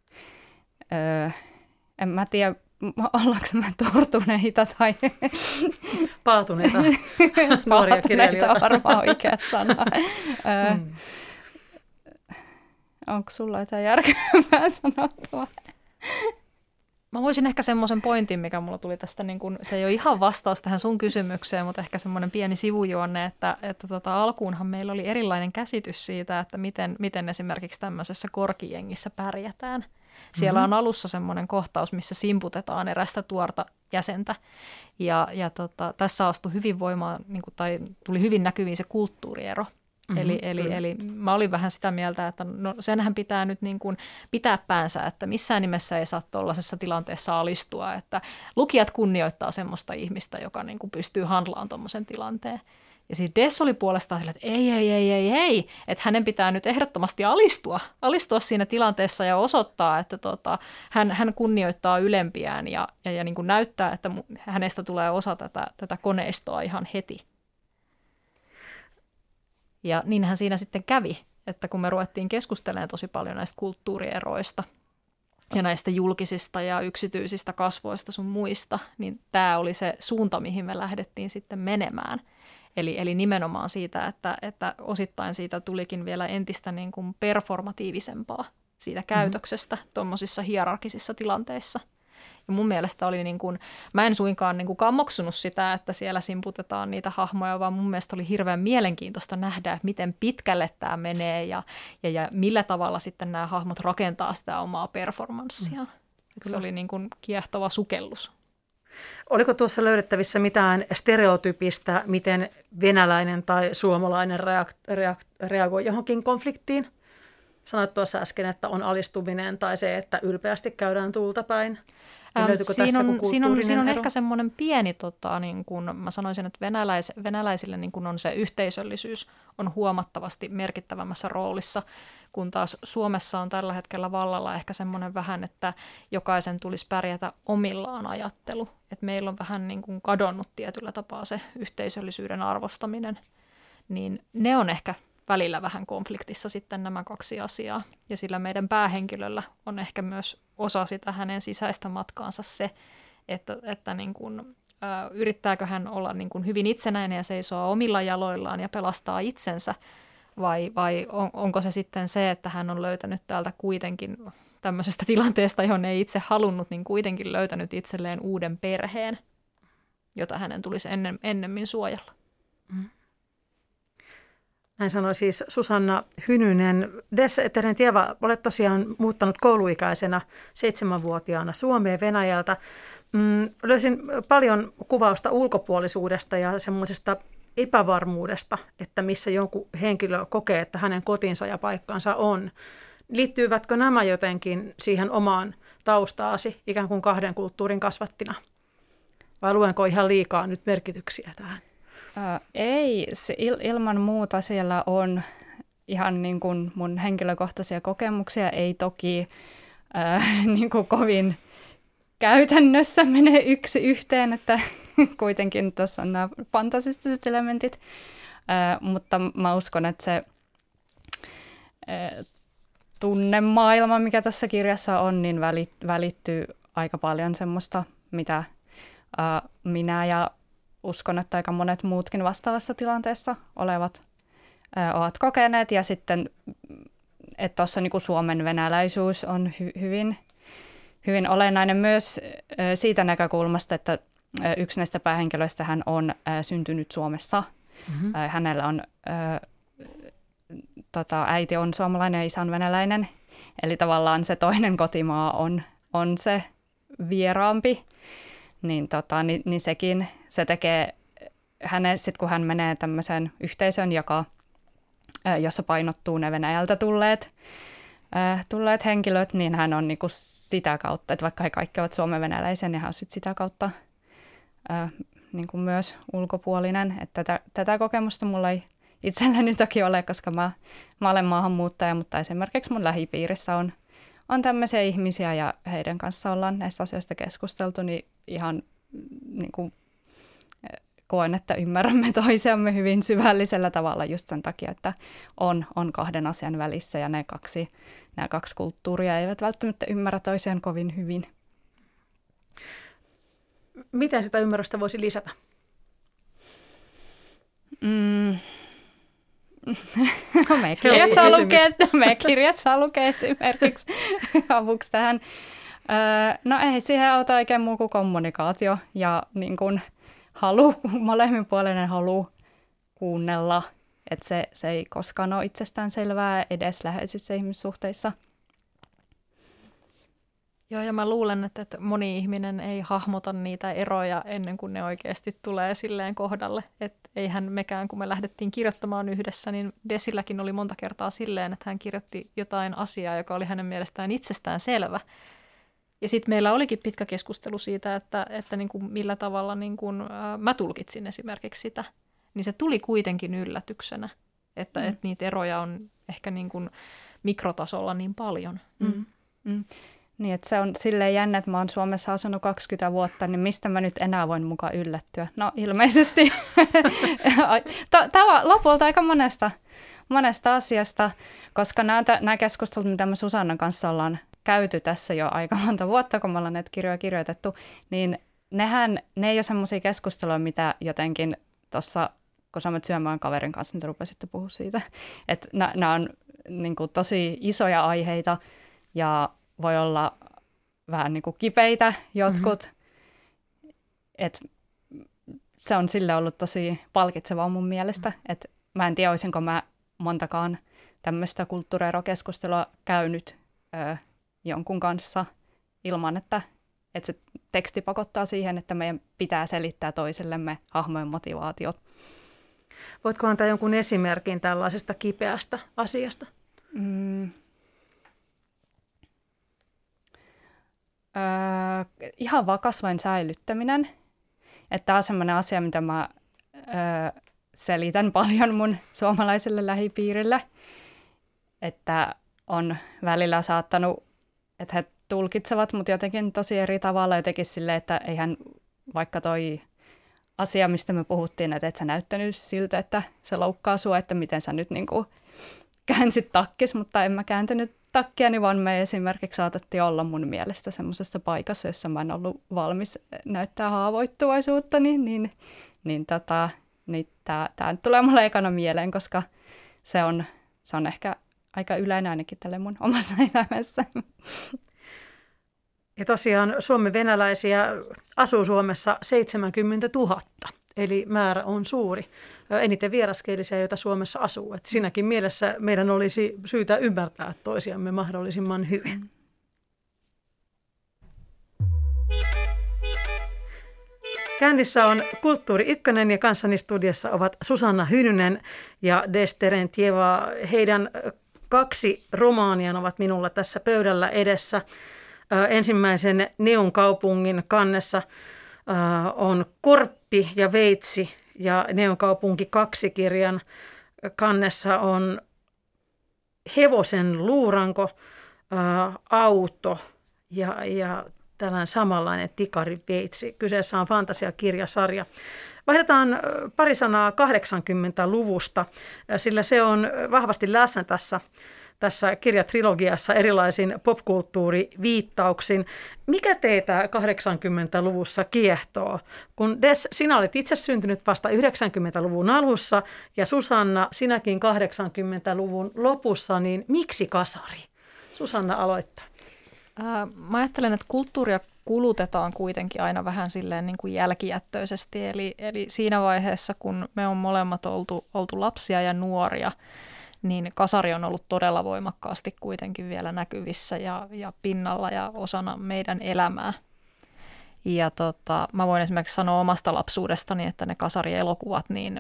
en mä tiedä, ollaanko me tortuneita tai paatuneita nuoria kirjailijoita. Paatuneita varmaan oikea sana. Onko sulla jotain järkevää sanottavaa? Mä voisin ehkä semmoisen pointin, mikä mulla tuli tästä, niin kun, se ei ole ihan vastaus tähän sun kysymykseen, mutta ehkä semmoinen pieni sivujuonne, että alkuunhan meillä oli erilainen käsitys siitä, että miten esimerkiksi tämmöisessä korkijengissä pärjätään. Siellä on alussa semmoinen kohtaus, missä simputetaan erästä tuorta jäsentä, ja tässä astui hyvin voimaan, niin kuin, tai tuli hyvin näkyviin se kulttuuriero. Eli mä olin vähän sitä mieltä, että no senhän pitää nyt niin kuin pitää päänsä, että missään nimessä ei saa tuollaisessa tilanteessa alistua, että lukijat kunnioittaa semmoista ihmistä, joka niin kuin pystyy handlaan tuommoisen tilanteen. Ja siis Des oli puolestaan sillä, että ei, että hänen pitää nyt ehdottomasti alistua siinä tilanteessa ja osoittaa, että hän kunnioittaa ylempiään ja niin kuin näyttää, että hänestä tulee osa tätä koneistoa ihan heti. Ja niinhän siinä sitten kävi, että kun me ruvettiin keskustelemaan tosi paljon näistä kulttuurieroista ja näistä julkisista ja yksityisistä kasvoista sun muista, niin tämä oli se suunta, mihin me lähdettiin sitten menemään. Eli nimenomaan siitä, että osittain siitä tulikin vielä entistä niin kuin performatiivisempaa siitä käytöksestä tuommoisissa hierarkisissa tilanteissa. Ja mun mielestä oli niin kuin, mä en suinkaan niin kuin kammoksunut sitä, että siellä simputetaan niitä hahmoja, vaan mun mielestä oli hirveän mielenkiintoista nähdä, että miten pitkälle tämä menee ja millä tavalla sitten nämä hahmot rakentaa sitä omaa performanssiaan. Se oli niin kuin kiehtova sukellus. Oliko tuossa löydettävissä mitään stereotypistä, miten venäläinen tai suomalainen reagoi johonkin konfliktiin? Sanoit tuossa äsken, että on alistuminen tai se, että ylpeästi käydään tuulta päin. Siinä on ehkä semmoinen pieni, niin kun mä sanoisin, että venäläisille niin kun on se yhteisöllisyys on huomattavasti merkittävämmässä roolissa, kun taas Suomessa on tällä hetkellä vallalla ehkä semmoinen vähän, että jokaisen tulisi pärjätä omillaan ajattelu. Että meillä on vähän niin kuin kadonnut tietyllä tapaa se yhteisöllisyyden arvostaminen. Niin ne on ehkä välillä vähän konfliktissa sitten nämä kaksi asiaa. Ja sillä meidän päähenkilöllä on ehkä myös osa sitä hänen sisäistä matkaansa se, että niin kuin, yrittääkö hän olla niin kuin hyvin itsenäinen ja seisoa omilla jaloillaan ja pelastaa itsensä, vai onko se sitten se, että hän on löytänyt täältä kuitenkin tämmöisestä tilanteesta, johon ei itse halunnut, niin kuitenkin löytänyt itselleen uuden perheen, jota hänen tulisi ennemmin suojella. Näin sanoi siis Susanna Hynynen. Terentieva, olet tosiaan muuttanut kouluikäisenä 7-vuotiaana Suomeen Venäjältä. Löysin paljon kuvausta ulkopuolisuudesta ja semmoisesta epävarmuudesta, että missä jonkun henkilö kokee, että hänen kotinsa ja paikkansa on. Liittyyvätkö nämä jotenkin siihen omaan taustaasi ikään kuin kahden kulttuurin kasvattina? Vai luenko ihan liikaa nyt merkityksiä tähän? Ei, ilman muuta siellä on ihan niin kuin mun henkilökohtaisia kokemuksia, ei toki niin kuin kovin käytännössä mene yksi yhteen, että kuitenkin tuossa on nämä fantasistiset elementit, mutta mä uskon, että se tunnemaailma, mikä tässä kirjassa on, niin välittyy aika paljon semmoista, mitä minä ja uskon, että aika monet muutkin vastaavassa tilanteessa olevat ovat kokeneet. Ja sitten, että tuossa niin kuin Suomen venäläisyys on hyvin olennainen myös siitä näkökulmasta, että yksi näistä päähenkilöistä hän on syntynyt Suomessa. Mm-hmm. Hänellä on, äiti on suomalainen ja isä on venäläinen. Eli tavallaan se toinen kotimaa on se vieraampi. Niin sekin, se tekee hänen, sit kun hän menee tämmöiseen yhteisöön, jossa painottuu ne Venäjältä tulleet henkilöt, niin hän on niinku sitä kautta, että vaikka he kaikki ovat suomenvenäläisiä, niin hän on sit sitä kautta niinku myös ulkopuolinen. Että tätä kokemusta mulla ei itselläni toki ole, koska mä olen maahanmuuttaja, mutta esimerkiksi mun lähipiirissä on tämmöisiä ihmisiä ja heidän kanssa ollaan näistä asioista keskusteltu, niin ihan niin kuin koen, että ymmärrämme toisiamme hyvin syvällisellä tavalla just sen takia, että on kahden asian välissä ja nämä kaksi kulttuuria eivät välttämättä ymmärrä toisiaan kovin hyvin. Miten sitä ymmärrystä voisi lisätä? Meidän kirjat saa lukea esimerkiksi avuksi tähän. No ei siihen auta oikein muu kuin kommunikaatio ja niin kuin molemminpuolinen halu kuunnella, että se ei koskaan ole itsestään selvää edes läheisissä ihmissuhteissa. Joo, ja mä luulen, että moni ihminen ei hahmota niitä eroja ennen kuin ne oikeasti tulee silleen kohdalle. Että eihän mekään, kun me lähdettiin kirjoittamaan yhdessä, niin Desilläkin oli monta kertaa silleen, että hän kirjoitti jotain asiaa, joka oli hänen mielestään itsestään selvä. Ja sitten meillä olikin pitkä keskustelu siitä, että niin kuin millä tavalla niin kuin, mä tulkitsin esimerkiksi sitä. Niin se tuli kuitenkin yllätyksenä, että niitä eroja on ehkä niin kuin mikrotasolla niin paljon. Niin, että se on silleen jännä, että mä oon Suomessa asunut 20 vuotta, niin mistä mä nyt enää voin mukaan yllättyä? No ilmeisesti lopulta aika monesta asiasta, koska nämä keskustelut, mitä me Susannan kanssa ollaan käyty tässä jo aika monta vuotta, kun me ollaan näitä kirjoja kirjoitettu, niin ne ei ole semmoisia keskusteluja, mitä jotenkin tuossa, kun sä olet syömään kaverin kanssa, niin rupesitte puhua siitä. Että nämä on niin kuin tosi isoja aiheita ja voi olla vähän niin kuin kipeitä jotkut. Et se on sille ollut tosi palkitsevaa mun mielestä. Et mä en tiedä, olisinko mä montakaan tämmöistä kulttuurierokeskustelua käynyt jonkun kanssa ilman, että se teksti pakottaa siihen, että meidän pitää selittää toisellemme hahmojen motivaatiot. Voitko antaa jonkun esimerkin tällaisesta kipeästä asiasta? Ihan vakasvain säilyttäminen. Että tämä on sellainen asia, mitä mä selitän paljon mun suomalaiselle lähipiirille. Että on välillä saattanut, että he tulkitsevat mut jotenkin tosi eri tavalla jotenkin silleen, että eihän vaikka toi asia, mistä me puhuttiin, että et sä näyttänyt siltä, että se loukkaa sua, että miten sä nyt niin kuin käänsit takkis, mutta en mä kääntänyt takkiani, vaan me esimerkiksi saatettiin olla mun mielestä semmoisessa paikassa, jossa mä en ollut valmis näyttää haavoittuvaisuutta, niin tämä tulee mulle ekana mieleen, koska se on ehkä aika yleinen ainakin tälle mun omassa elämässä. Ja tosiaan Suomen venäläisiä asuu Suomessa 70 000, eli määrä on suuri. Eniten vieraskielisiä, joita Suomessa asuu. Et siinäkin mielessä meidän olisi syytä ymmärtää toisiamme mahdollisimman hyvin. Käynnissä on Kulttuuri Ykkönen ja kanssani studiossa ovat Susanna Hynynen ja Desterentjeva. Heidän 2 romaaniaan ovat minulla tässä pöydällä edessä. Ensimmäisen Neon kaupungin kannessa on Korppi ja Veitsi ja Neon kaupunki 2 kirjan kannessa on Hevosen luuranko, auto ja tällainen samanlainen Tikari Veitsi. Kyseessä on fantasiakirjasarja. Vaihdetaan pari sanaa 80-luvusta, sillä se on vahvasti läsnä tässä kirjatrilogiassa erilaisin popkulttuuriviittauksin. Mikä teitä 80-luvussa kiehtoo? Kun Des, sinä olet itse syntynyt vasta 90-luvun alussa ja Susanna, sinäkin 80-luvun lopussa, niin miksi kasari? Susanna aloittaa. Mä ajattelen, että kulttuuria kulutetaan kuitenkin aina vähän silleen niin kuin jälkijättöisesti. Eli siinä vaiheessa, kun me on molemmat oltu lapsia ja nuoria, niin kasari on ollut todella voimakkaasti kuitenkin vielä näkyvissä ja pinnalla ja osana meidän elämää. Ja mä voin esimerkiksi sanoa omasta lapsuudestani, että ne kasarielokuvat, niin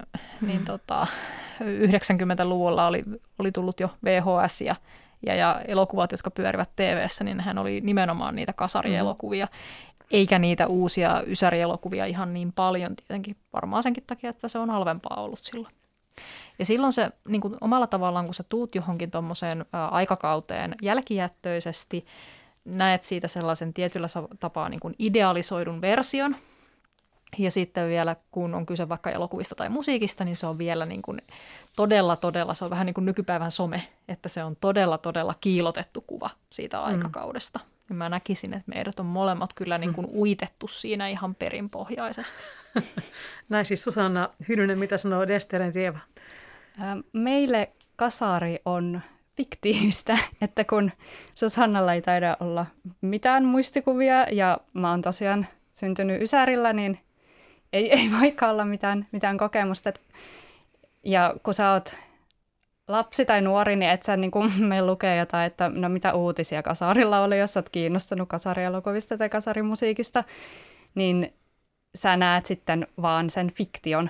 90-luvulla oli tullut jo VHS ja elokuvat, jotka pyörivät TV:ssä, niin nehän oli nimenomaan niitä kasarielokuvia, eikä niitä uusia ysärielokuvia ihan niin paljon tietenkin, varmaan senkin takia, että se on halvempaa ollut silloin. Ja silloin se niin kuin omalla tavallaan, kun sä tuut johonkin tuommoiseen aikakauteen jälkijättöisesti, näet siitä sellaisen tietyllä tapaa niin kuin idealisoidun version. Ja sitten vielä, kun on kyse vaikka elokuvista tai musiikista, niin se on vielä niin kuin todella, se on vähän niin kuin nykypäivän some, että se on todella kiilotettu kuva siitä aikakaudesta. Ja mä näkisin, että meidät on molemmat kyllä niin kuin uitettu siinä ihan perinpohjaisesti. Näin siis Susanna Hynynen, mitä sanoo Desterentjeva? Meille kasari on fiktiivistä, että kun Susannalla ei taida olla mitään muistikuvia ja mä oon tosiaan syntynyt Ysärillä, niin ei vaikka olla mitään kokemusta. Ja kun sä oot lapsi tai nuori, niin et sä niin kuin me lukee jotain, että no mitä uutisia kasarilla oli, jos sä oot kiinnostunut kasarielokuvista tai kasarimusiikista, niin sä näet sitten vaan sen fiktion,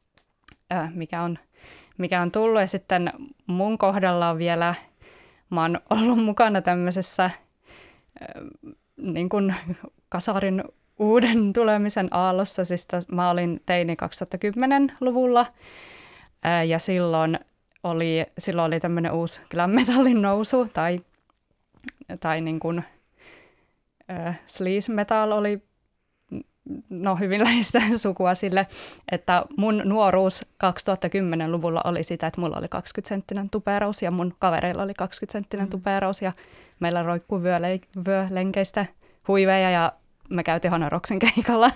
mikä on tullut. Ja sitten mun kohdalla on vielä, mä oon ollut mukana tämmöisessä niin kuin kasarin uuden tulemisen aallossa. Siis mä olin teini 2010-luvulla ja silloin oli tämmöinen uusi glam metallin nousu tai niin kuin sleaze metal oli hyvin läheistä sukua sille, että mun nuoruus 2010-luvulla oli sitä, että mulla oli 20-senttinen tupeeraus ja mun kavereilla oli 20-senttinen tupeeraus ja meillä roikkuu vyölenkeistä huiveja ja me käytiin Honoroksen keikalla,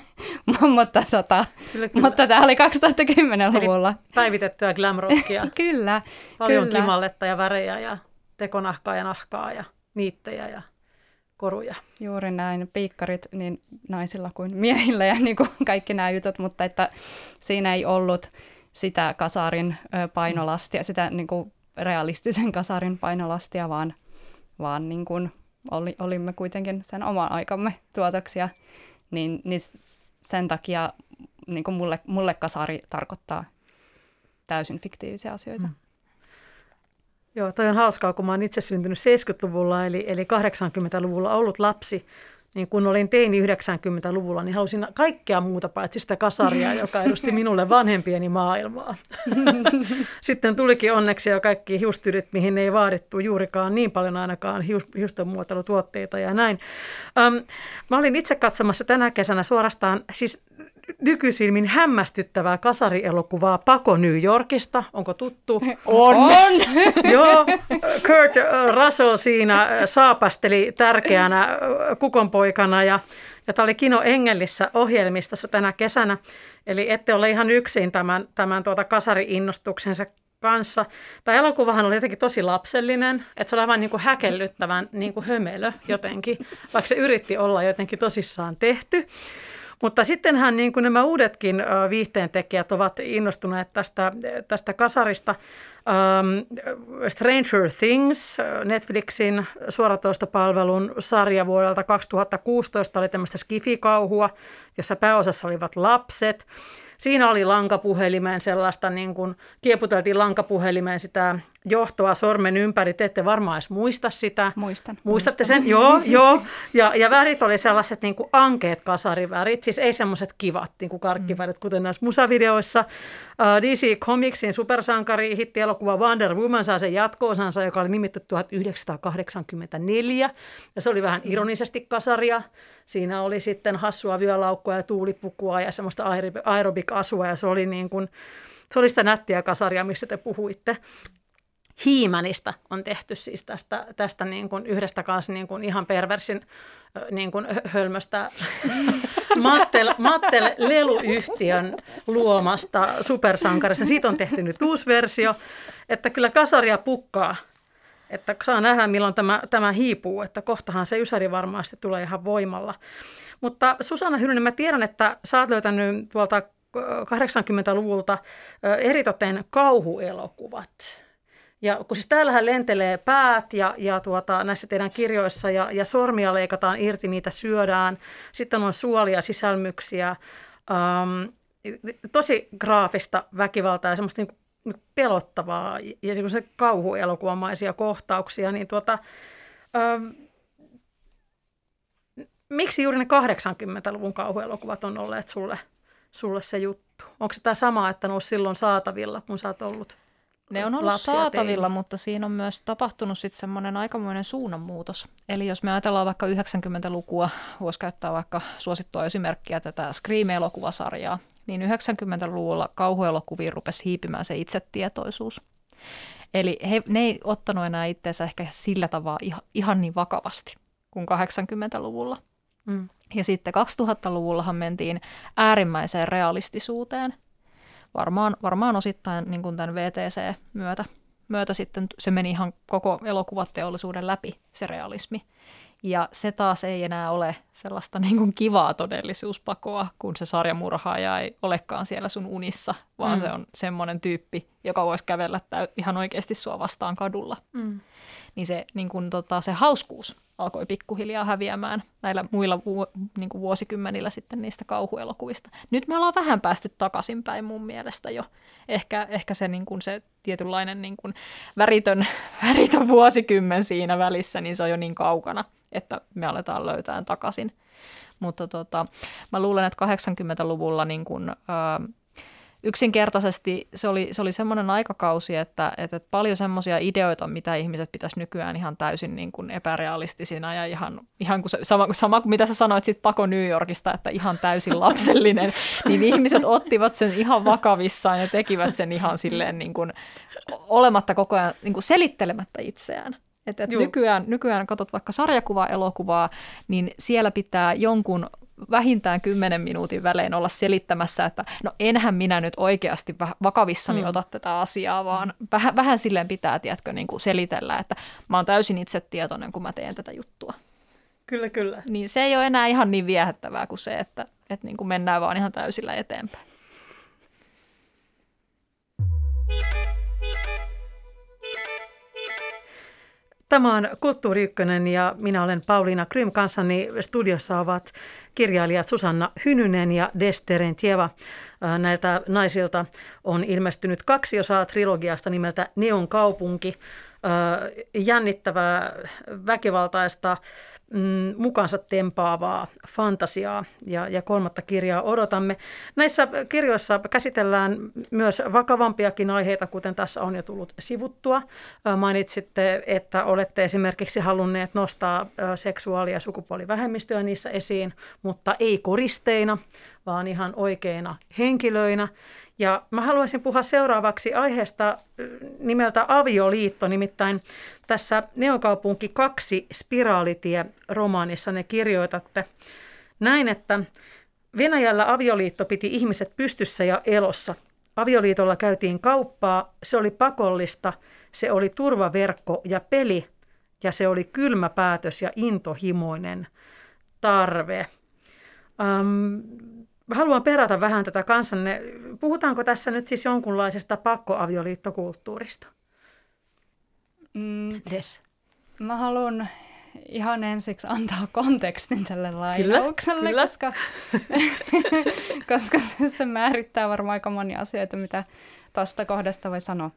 mutta tämä oli 2010-luvulla. Eli päivitettyä glamrockia. Kyllä. Paljon kimalletta ja värejä ja tekonahkaa ja nahkaa ja niittejä ja koruja. Juuri näin, piikkarit niin naisilla kuin miehillä ja niin kuin kaikki nämä jutut, mutta että siinä ei ollut sitä kasarin painolastia, sitä niin kuin realistisen kasarin painolastia, vaan niin kuin olimme kuitenkin sen oman aikamme tuotoksia, niin sen takia niin kuin mulle kasari tarkoittaa täysin fiktiivisiä asioita. Joo, toi on hauskaa, kun mä oon itse syntynyt 70-luvulla, eli 80-luvulla ollut lapsi, niin kun olin teini 90-luvulla, niin halusin kaikkea muuta paitsi sitä kasaria, joka edusti minulle vanhempieni maailmaa. Sitten tulikin onneksi jo kaikki hiustyydet, mihin ei vaadittu juurikaan niin paljon ainakaan hiustonmuotoilutuotteita ja näin. Mä olin itse katsomassa tänä kesänä suorastaan, siis nykysilmin hämmästyttävää kasarielokuvaa Pako New Yorkista. Onko tuttu? On! Joo, Kurt Russell siinä saapasteli tärkeänä kukonpoikana ja tämä oli Kino Engelissä ohjelmistossa tänä kesänä. Eli ette ole ihan yksin tämän kasari-innostuksensa kanssa. Tämä elokuvahan oli jotenkin tosi lapsellinen, että se oli aivan niin kuin häkellyttävän niin kuin hömelö jotenkin, vaikka se yritti olla jotenkin tosissaan tehty. Mutta sittenhän niin kuin nämä uudetkin viihteentekijät ovat innostuneet tästä kasarista. Stranger Things, Netflixin suoratoistopalvelun sarja vuodelta 2016 oli tämmöistä skifi-kauhua, jossa pääosassa olivat lapset. Siinä oli lankapuhelimeen sellaista, niin kuin kieputeltiin lankapuhelimeen sitä johtoa sormen ympäri. Te ette varmaan edes muista sitä. Muistatte sen? Joo. Ja värit oli sellaiset niin kuin ankeet kasarivärit, siis ei semmoiset kivat niin kuin karkkivärit, kuten näissä musavideoissa. DC Comicsin supersankari hittielokuva Wonder Woman saa sen jatko-osansa, joka oli nimetty 1984. Ja se oli vähän ironisesti kasaria. Siinä oli sitten hassua vyölaukkoa ja tuulipukua ja semmoista aerobik-asua ja se oli sitä nättiä kasaria, mistä te puhuitte. He-Manista on tehty siis tästä niin kuin yhdestä kanssa niin kuin ihan perversin niin kuin hölmöstä Mattel-leluyhtiön luomasta supersankarista. Siitä on tehty nyt uusi versio, että kyllä kasaria pukkaa. Että saa nähdä, milloin tämä hiipuu, että kohtahan se ysäri varmasti tulee ihan voimalla. Mutta Susanna Hyrynen, mä tiedän, että sä oot löytänyt tuolta 80-luvulta eritoten kauhuelokuvat. Ja kun siis täällähän lentelee päät ja näissä teidän kirjoissa ja sormia leikataan irti, niitä syödään. Sitten on suolia, sisälmyksiä, tosi graafista väkivaltaa ja semmoista niin pelottavaa ja se kauhuelokuvamaisia kohtauksia, niin miksi juuri ne 80-luvun kauhuelokuvat on olleet sulle se juttu? Onko se tämä sama, että ne on silloin saatavilla, kun sä oot ollut Ne on ollut saatavilla, mutta siinä on myös tapahtunut sitten semmoinen aikamoinen suunnanmuutos. Eli jos me ajatellaan vaikka 90-lukua, voisi käyttää vaikka suosittua esimerkkiä tätä Scream-elokuvasarjaa, niin 90-luvulla kauhuelokuviin rupesi hiipimään se itsetietoisuus. Eli ne ei ottanut enää itseensä ehkä sillä tavalla ihan niin vakavasti kuin 80-luvulla. Mm. Ja sitten 2000-luvullahan mentiin äärimmäiseen realistisuuteen. Varmaan osittain niin kuin tämän VTC-myötä sitten se meni ihan koko elokuvateollisuuden läpi, se realismi. Ja se taas ei enää ole sellaista niin kuin kivaa todellisuuspakoa, kun se sarjamurhaaja ei olekaan siellä sun unissa, vaan se on semmoinen tyyppi, joka voisi kävellä ihan oikeasti sua vastaan kadulla. Mm. Niin se, niin kuin, se hauskuus alkoi pikkuhiljaa häviämään näillä muilla niin kuin vuosikymmenillä sitten niistä kauhuelokuvista. Nyt me ollaan vähän päästy takaisinpäin mun mielestä jo. Ehkä se, niin kuin se tietynlainen niin kuin väritön vuosikymmen siinä välissä, niin se on jo niin kaukana, että me aletaan löytää takaisin. Mutta mä luulen, että 80-luvulla niin kuin, yksinkertaisesti se oli semmoinen aikakausi, että paljon semmoisia ideoita, mitä ihmiset pitäisi nykyään ihan täysin niin kuin epärealistisina ja ihan kuin sama kuin mitä sä sanoit sit Pako New Yorkista, että ihan täysin lapsellinen, niin ihmiset ottivat sen ihan vakavissaan ja tekivät sen ihan silleen niin kuin olematta koko ajan niin kuin selittelemättä itseään. Että nykyään katsot vaikka sarjakuva-elokuvaa, niin siellä pitää jonkun vähintään 10 minuutin välein olla selittämässä, että no enhän minä nyt oikeasti vakavissani ota tätä asiaa, vaan vähän silleen pitää, tiedätkö, niin kuin selitellä, että mä oon täysin itsetietoinen, kun mä teen tätä juttua. Kyllä. Niin se ei ole enää ihan niin viehättävää kuin se, että niin kuin mennään vaan ihan täysillä eteenpäin. Tämä on Kulttuuri Ykkönen ja minä olen Pauliina Krym. Kanssani studiossa ovat kirjailijat Susanna Hynynen ja Desterentjeva. Näiltä naisilta on ilmestynyt 2 osaa trilogiasta nimeltä Neon kaupunki. Jännittävää, väkivaltaista, mukansa tempaavaa fantasiaa ja 3. kirjaa odotamme. Näissä kirjoissa käsitellään myös vakavampiakin aiheita, kuten tässä on jo tullut sivuttua. Mainitsitte, että olette esimerkiksi halunneet nostaa seksuaali- ja sukupuolivähemmistöjä niissä esiin, mutta ei koristeina, vaan ihan oikeina henkilöinä. Ja mä haluaisin puhua seuraavaksi aiheesta nimeltä avioliitto, nimittäin tässä Neokaupunki 2 Spiraalitie-romaanissa ne kirjoitatte näin, että Venäjällä avioliitto piti ihmiset pystyssä ja elossa. Avioliitolla käytiin kauppaa, se oli pakollista, se oli turvaverkko ja peli ja se oli kylmä päätös ja intohimoinen tarve. Haluan perata vähän tätä kanssanne. Puhutaanko tässä nyt siis jonkunlaisesta pakkoavioliittokulttuurista? Yes. Mä haluan ihan ensiksi antaa kontekstin tälle lainaukselle, kyllä. koska se määrittää varmaan aika monia asioita, mitä tuosta kohdasta voi sanoa.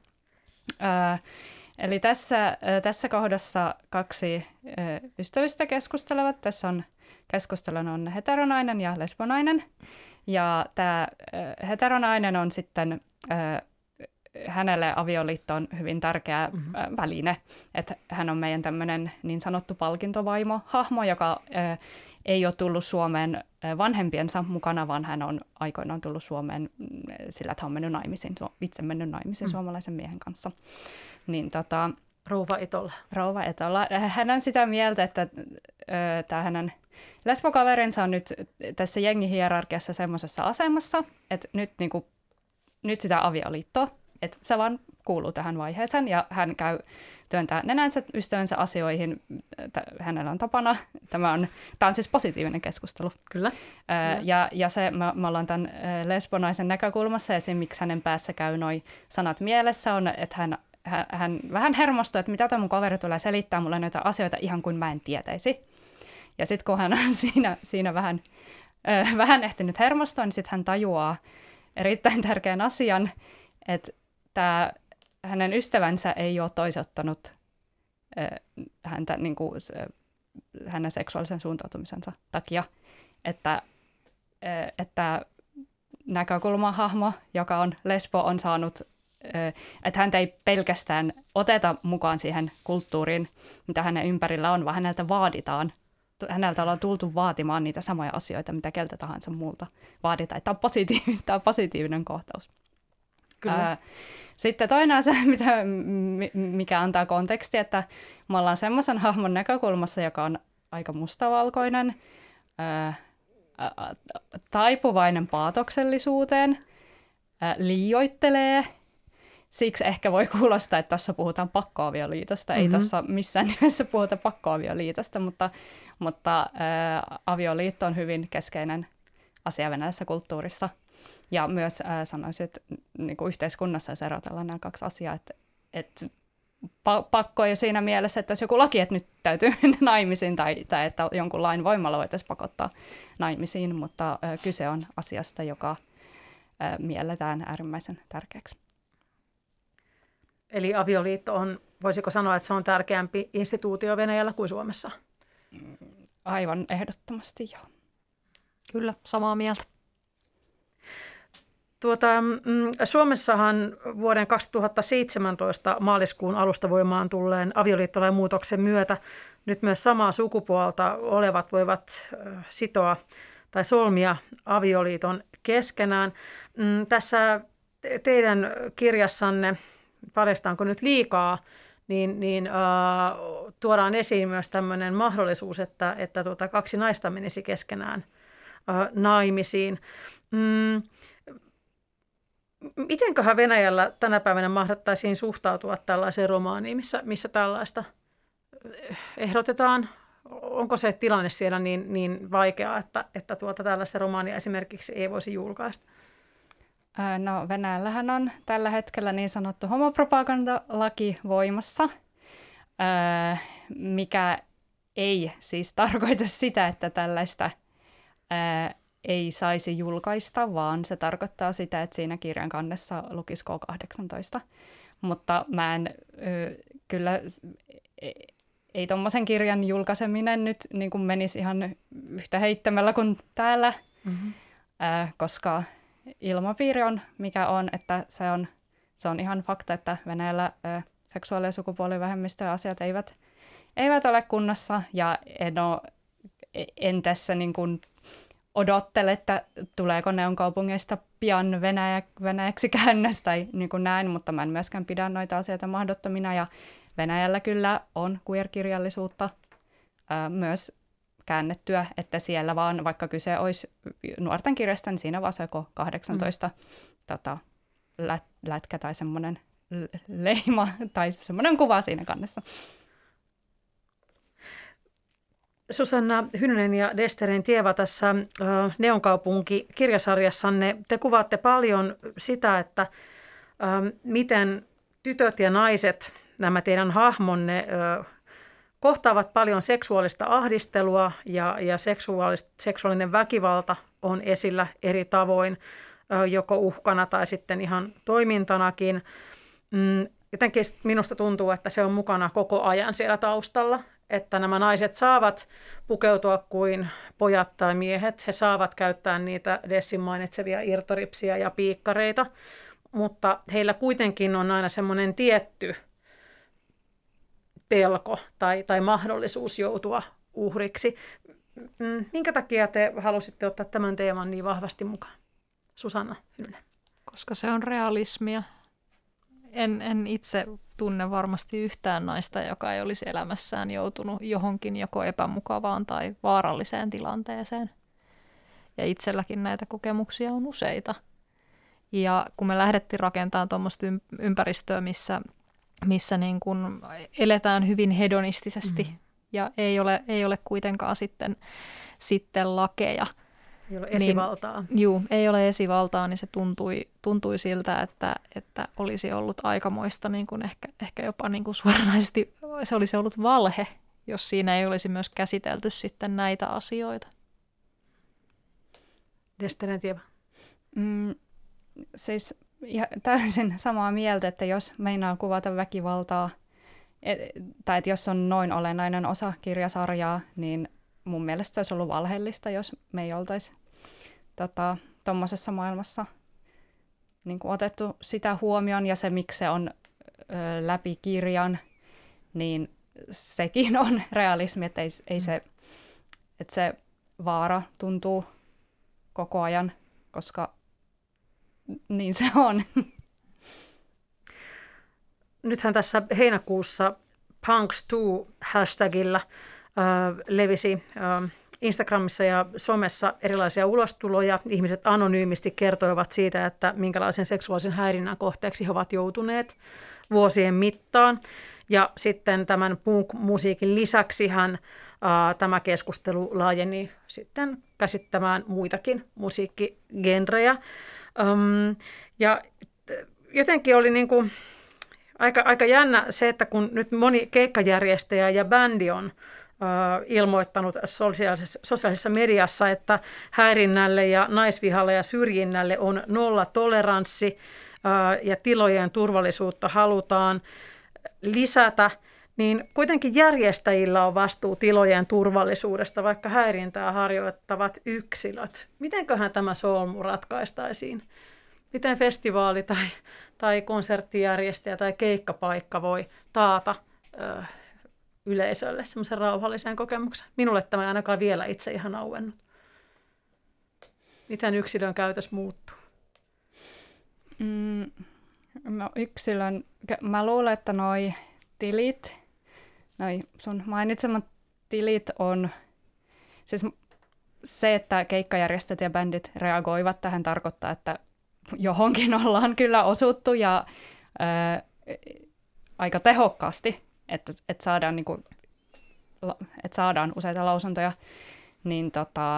Eli tässä kohdassa 2 ystävistä keskustelevat. Tässä on keskustelun on heteronainen ja lesbonainen. Ja tämä heteronainen on sitten, hänelle avioliitto on hyvin tärkeä väline. Että hän on meidän tämmöinen niin sanottu palkintovaimo-hahmo, joka ei ole tullut Suomeen vanhempiensa mukana, vaan hän on aikoinaan tullut Suomeen sillä, että hän on mennyt naimisiin, itse mennyt naimisiin suomalaisen miehen kanssa. Niin, Rouva Etola. Hän on sitä mieltä, että tämä hänen lesbokaverinsa on nyt tässä jengihierarkiassa semmoisessa asemassa, että nyt sitä avioliittoa, että se vaan kuuluu tähän vaiheeseen ja hän työntää nenänsä ystävänsä asioihin. Hänellä on tapana. Tämä on siis positiivinen keskustelu. Kyllä. Ja se, me ollaan tämän lesbonaisen näkökulmassa ja siinä, miksi hänen päässä käy noi sanat mielessä on, että hän vähän hermostui, että mitä tämä mun kaveri tulee selittää mulle noita asioita ihan kuin mä en tietäisi. Ja sitten kun hän on siinä vähän ehtinyt hermostua, niin sitten hän tajuaa erittäin tärkeän asian, että hänen ystävänsä ei ole toisottanut häntä niin kuin, hänen seksuaalisen suuntautumisensa takia, että näkökulmahahmo, joka on lesbo, on saanut, että häntä ei pelkästään oteta mukaan siihen kulttuuriin, mitä hänen ympärillä on, vaan häneltä vaaditaan. Häneltä ollaan tultu vaatimaan niitä samoja asioita, mitä keltä tahansa muulta vaaditaan. Tämä on positiivinen kohtaus. Kyllä. Sitten toinen asia, mikä antaa kontekstia, että me ollaan semmoisen hahmon näkökulmassa, joka on aika mustavalkoinen, taipuvainen paatoksellisuuteen, liioittelee. Siksi ehkä voi kuulostaa, että tuossa puhutaan pakkoavioliitosta. Ei tuossa missään nimessä puhuta pakkoavioliitosta, mutta avioliitto on hyvin keskeinen asia venäläisessä kulttuurissa. Ja myös sanoisin, että niin kuin yhteiskunnassa, jos erotellaan nämä 2 asiaa, että pakko ei ole siinä mielessä, että olisi joku laki, että nyt täytyy mennä naimisiin tai että jonkun lain voimalla voitaisiin pakottaa naimisiin, mutta kyse on asiasta, joka mielletään äärimmäisen tärkeäksi. Eli avioliitto on, voisiko sanoa, että se on tärkeämpi instituutio Venäjällä kuin Suomessa? Aivan ehdottomasti, joo. Kyllä, samaa mieltä. Suomessahan vuoden 2017 maaliskuun alusta voimaan tulleen avioliittolain muutoksen myötä nyt myös samaa sukupuolta olevat voivat sitoa tai solmia avioliiton keskenään. Tässä teidän kirjassanne, paljastaanko nyt liikaa, niin tuodaan esiin myös tämmöinen mahdollisuus, että 2 naista menisi keskenään naimisiin. Mitenköhän Venäjällä tänä päivänä mahdottaisiin suhtautua tällaiseen romaaniin, missä tällaista ehdotetaan? Onko se tilanne siellä niin vaikea, että tällaista romaania esimerkiksi ei voisi julkaista? No Venäjällähän on tällä hetkellä niin sanottu homopropagandalaki voimassa, mikä ei siis tarkoita sitä, että tällaista ei saisi julkaista, vaan se tarkoittaa sitä, että siinä kirjan kannessa lukisi K18. Mutta mä en kyllä ei tommosen kirjan julkaiseminen nyt niin kuin menisi ihan yhtä heittämällä kuin täällä, koska ilmapiiri on mikä on, että se on ihan fakta, että Venäjällä seksuaali- ja sukupuolivähemmistöjen asiat eivät ole kunnossa, ja en tässä niin kuin odottele, että tuleeko neonkaupungeista pian venäjäksi käännös tai niin kuin näin, mutta mä en myöskään pidä noita asioita mahdottomina, ja Venäjällä kyllä on queer-kirjallisuutta myös käännettyä, että siellä vaan, vaikka kyse olisi nuorten kirjasta, niin siinä vaan se joko 18 lätkä tai semmoinen leima tai semmoinen kuva siinä kannessa. Susanna Hynynen ja Desteren Tieva tässä Neonkaupunki-kirjasarjassanne te kuvaatte paljon sitä, että miten tytöt ja naiset, nämä teidän hahmonne, kohtaavat paljon seksuaalista ahdistelua ja seksuaalinen väkivalta on esillä eri tavoin, joko uhkana tai sitten ihan toimintanakin. Jotenkin minusta tuntuu, että se on mukana koko ajan siellä taustalla, että nämä naiset saavat pukeutua kuin pojat tai miehet. He saavat käyttää niitä Dessin mainitsevia irtoripsiä ja piikkareita, mutta heillä kuitenkin on aina semmoinen tietty pelko tai mahdollisuus joutua uhriksi. Minkä takia te halusitte ottaa tämän teeman niin vahvasti mukaan? Susanna Hynynen. Koska se on realismia. En itse tunne varmasti yhtään naista, joka ei olisi elämässään joutunut johonkin joko epämukavaan tai vaaralliseen tilanteeseen. Ja itselläkin näitä kokemuksia on useita. Ja kun me lähdettiin rakentamaan tuommoista ympäristöä, missä niin kuin eletään hyvin hedonistisesti ja ei ole kuitenkaan sitten lakeja. Ei ole esivaltaa. Ei ole esivaltaa, niin se tuntui siltä, että olisi ollut aikamoista, niin kuin ehkä jopa niin kuin suoranaisesti se olisi ollut valhe, jos siinä ei olisi myös käsitelty sitten näitä asioita. Desteren Tieva. Siis täysin samaa mieltä, että jos meinaa kuvata väkivaltaa, tai että jos on noin olennainen osa kirjasarjaa, niin mun mielestä se olisi ollut valheellista, jos me ei oltaisi tuommoisessa maailmassa niin kuin otettu sitä huomioon, ja se, miksi se on läpi kirjan, niin sekin on realismi, että että se vaara tuntuu koko ajan, koska niin se on. Nythän tässä heinäkuussa Punks2-hashtagillä levisi Instagramissa ja somessa erilaisia ulostuloja. Ihmiset anonyymisti kertoivat siitä, että minkälaisen seksuaalisen häirinnän kohteeksi he ovat joutuneet vuosien mittaan. Ja sitten tämän punk-musiikin lisäksihän tämä keskustelu laajeni sitten käsittämään muitakin musiikkigenrejä. Ja jotenkin oli niin kuin aika jännä se, että kun nyt moni keikkajärjestäjä ja bändi on ilmoittanut sosiaalisessa mediassa, että häirinnälle ja naisvihalle ja syrjinnälle on nolla toleranssi ja tilojen turvallisuutta halutaan lisätä, niin kuitenkin järjestäjillä on vastuu tilojen turvallisuudesta, vaikka häirintää harjoittavat yksilöt. Mitenköhän tämä solmu ratkaistaisiin? Miten festivaali tai konserttijärjestäjä tai keikkapaikka voi taata yleisölle semmoisen rauhallisen kokemuksen? Minulle tämä ei ainakaan vielä itse ihan auennut. Miten yksilön käytös muuttuu? No mä luulen, että noi tilit, noi sun mainitsemat tilit on, siis se, että keikkajärjestöt ja bändit reagoivat tähän tarkoittaa, että johonkin ollaan kyllä osuttu ja aika tehokkaasti, että saadaan, niinku, että saadaan useita lausuntoja, niin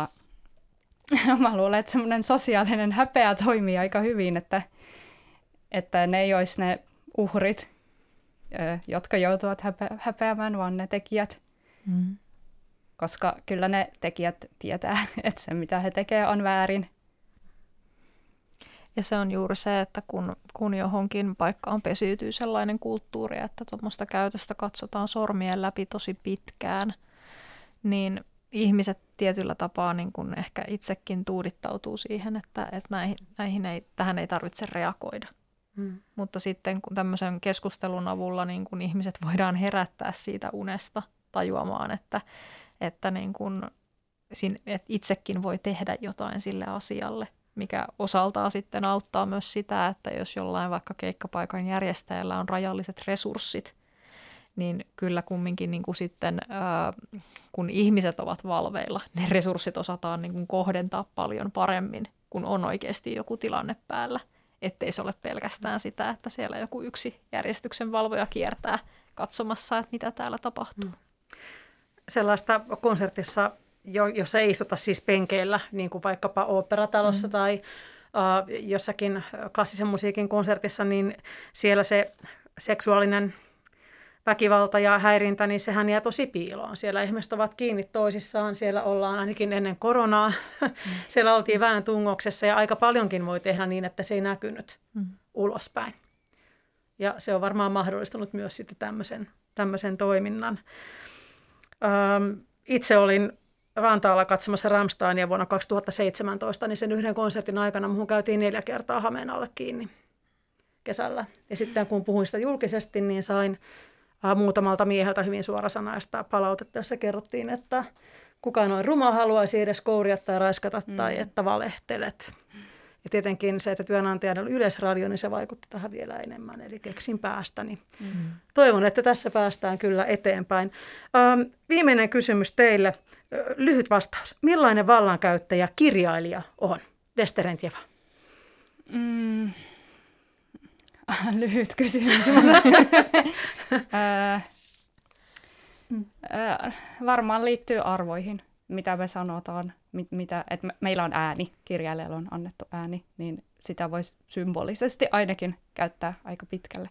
mä luulen, että semmoinen sosiaalinen häpeä toimii aika hyvin, että ne ei olisi ne uhrit, jotka joutuvat häpeämään, vaan ne tekijät. Koska kyllä ne tekijät tietää, että se mitä he tekevät on väärin. Ja se on juuri se, että kun johonkin paikkaan pesiytyy sellainen kulttuuri, että tuommoista käytöstä katsotaan sormien läpi tosi pitkään, niin ihmiset tietyllä tapaa niin kuin ehkä itsekin tuudittautuu siihen, että tähän ei tarvitse reagoida. Mutta sitten kun tämmöisen keskustelun avulla niin kun ihmiset voidaan herättää siitä unesta tajuamaan, että niin kun, että itsekin voi tehdä jotain sille asialle, mikä osaltaan sitten auttaa myös sitä, että jos jollain vaikka keikkapaikan järjestäjällä on rajalliset resurssit, niin kyllä kumminkin niin kuin sitten, kun ihmiset ovat valveilla, ne resurssit osataan niin kuin kohdentaa paljon paremmin, kun on oikeasti joku tilanne päällä. Ettei se ole pelkästään sitä, että siellä joku yksi järjestyksen valvoja kiertää katsomassa, että mitä täällä tapahtuu. Sellaista konsertissa, jossa ei istuta siis penkeillä, niin kuin vaikkapa oopperatalossa tai jossakin klassisen musiikin konsertissa, niin siellä se seksuaalinen väkivalta ja häirintä, niin sehän jää tosi piiloon. Siellä ihmiset ovat kiinni toisissaan, siellä ollaan ainakin ennen koronaa, siellä oltiin vähän tungoksessa ja aika paljonkin voi tehdä niin, että se ei näkynyt ulospäin. Ja se on varmaan mahdollistanut myös sitten tämmöisen toiminnan. Itse olin Vantaalla katsomassa Rammsteinia vuonna 2017, niin sen yhden konsertin aikana muhun käytiin 4 kertaa hameen alle kiinni kesällä. Ja sitten kun puhuin sitä julkisesti, niin sain muutamalta mieheltä hyvin suorasanaista palautetta, jossa kerrottiin, että kukaan noin ruma haluaisi edes kouria tai raiskata tai että valehtelet. Ja tietenkin se, että työnantajana oli Yleisradio, niin se vaikutti tähän vielä enemmän, eli keksin päästäni. Toivon, että tässä päästään kyllä eteenpäin. Viimeinen kysymys teille, lyhyt vastaus. Millainen vallankäyttäjä kirjailija on? Desterentjeva. Lyhyt kysymys. Varmaan liittyy arvoihin, mitä me sanotaan, että meillä on ääni, kirjailijalle on annettu ääni, niin sitä voisi symbolisesti ainakin käyttää aika pitkälle.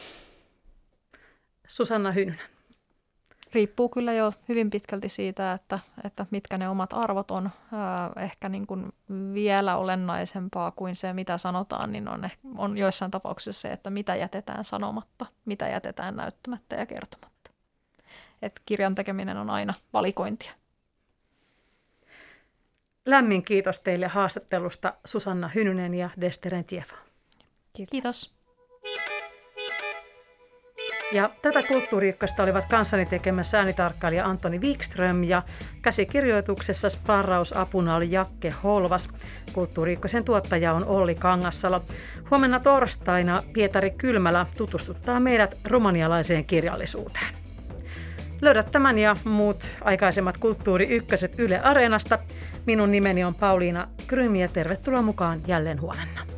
Susanna Hynynen. Riippuu kyllä jo hyvin pitkälti siitä, että mitkä ne omat arvot on. Ehkä niin kuin vielä olennaisempaa kuin se, mitä sanotaan, niin on joissain tapauksissa se, että mitä jätetään sanomatta, mitä jätetään näyttämättä ja kertomatta. Et kirjan tekeminen on aina valikointia. Lämmin kiitos teille haastattelusta, Susanna Hynynen ja Desterentjeva. Kiitos. Ja tätä Kulttuuri-ykköstä olivat kanssani tekemässä äänitarkkailija Antoni Wikström ja käsikirjoituksessa sparrausapuna oli Jakke Holvas. Kulttuuri-ykkösen tuottaja on Olli Kangassalo. Huomenna torstaina Pietari Kylmälä tutustuttaa meidät romanialaiseen kirjallisuuteen. Löydät tämän ja muut aikaisemmat Kulttuuri-ykköset Yle Areenasta. Minun nimeni on Pauliina Krym ja tervetuloa mukaan jälleen huomenna.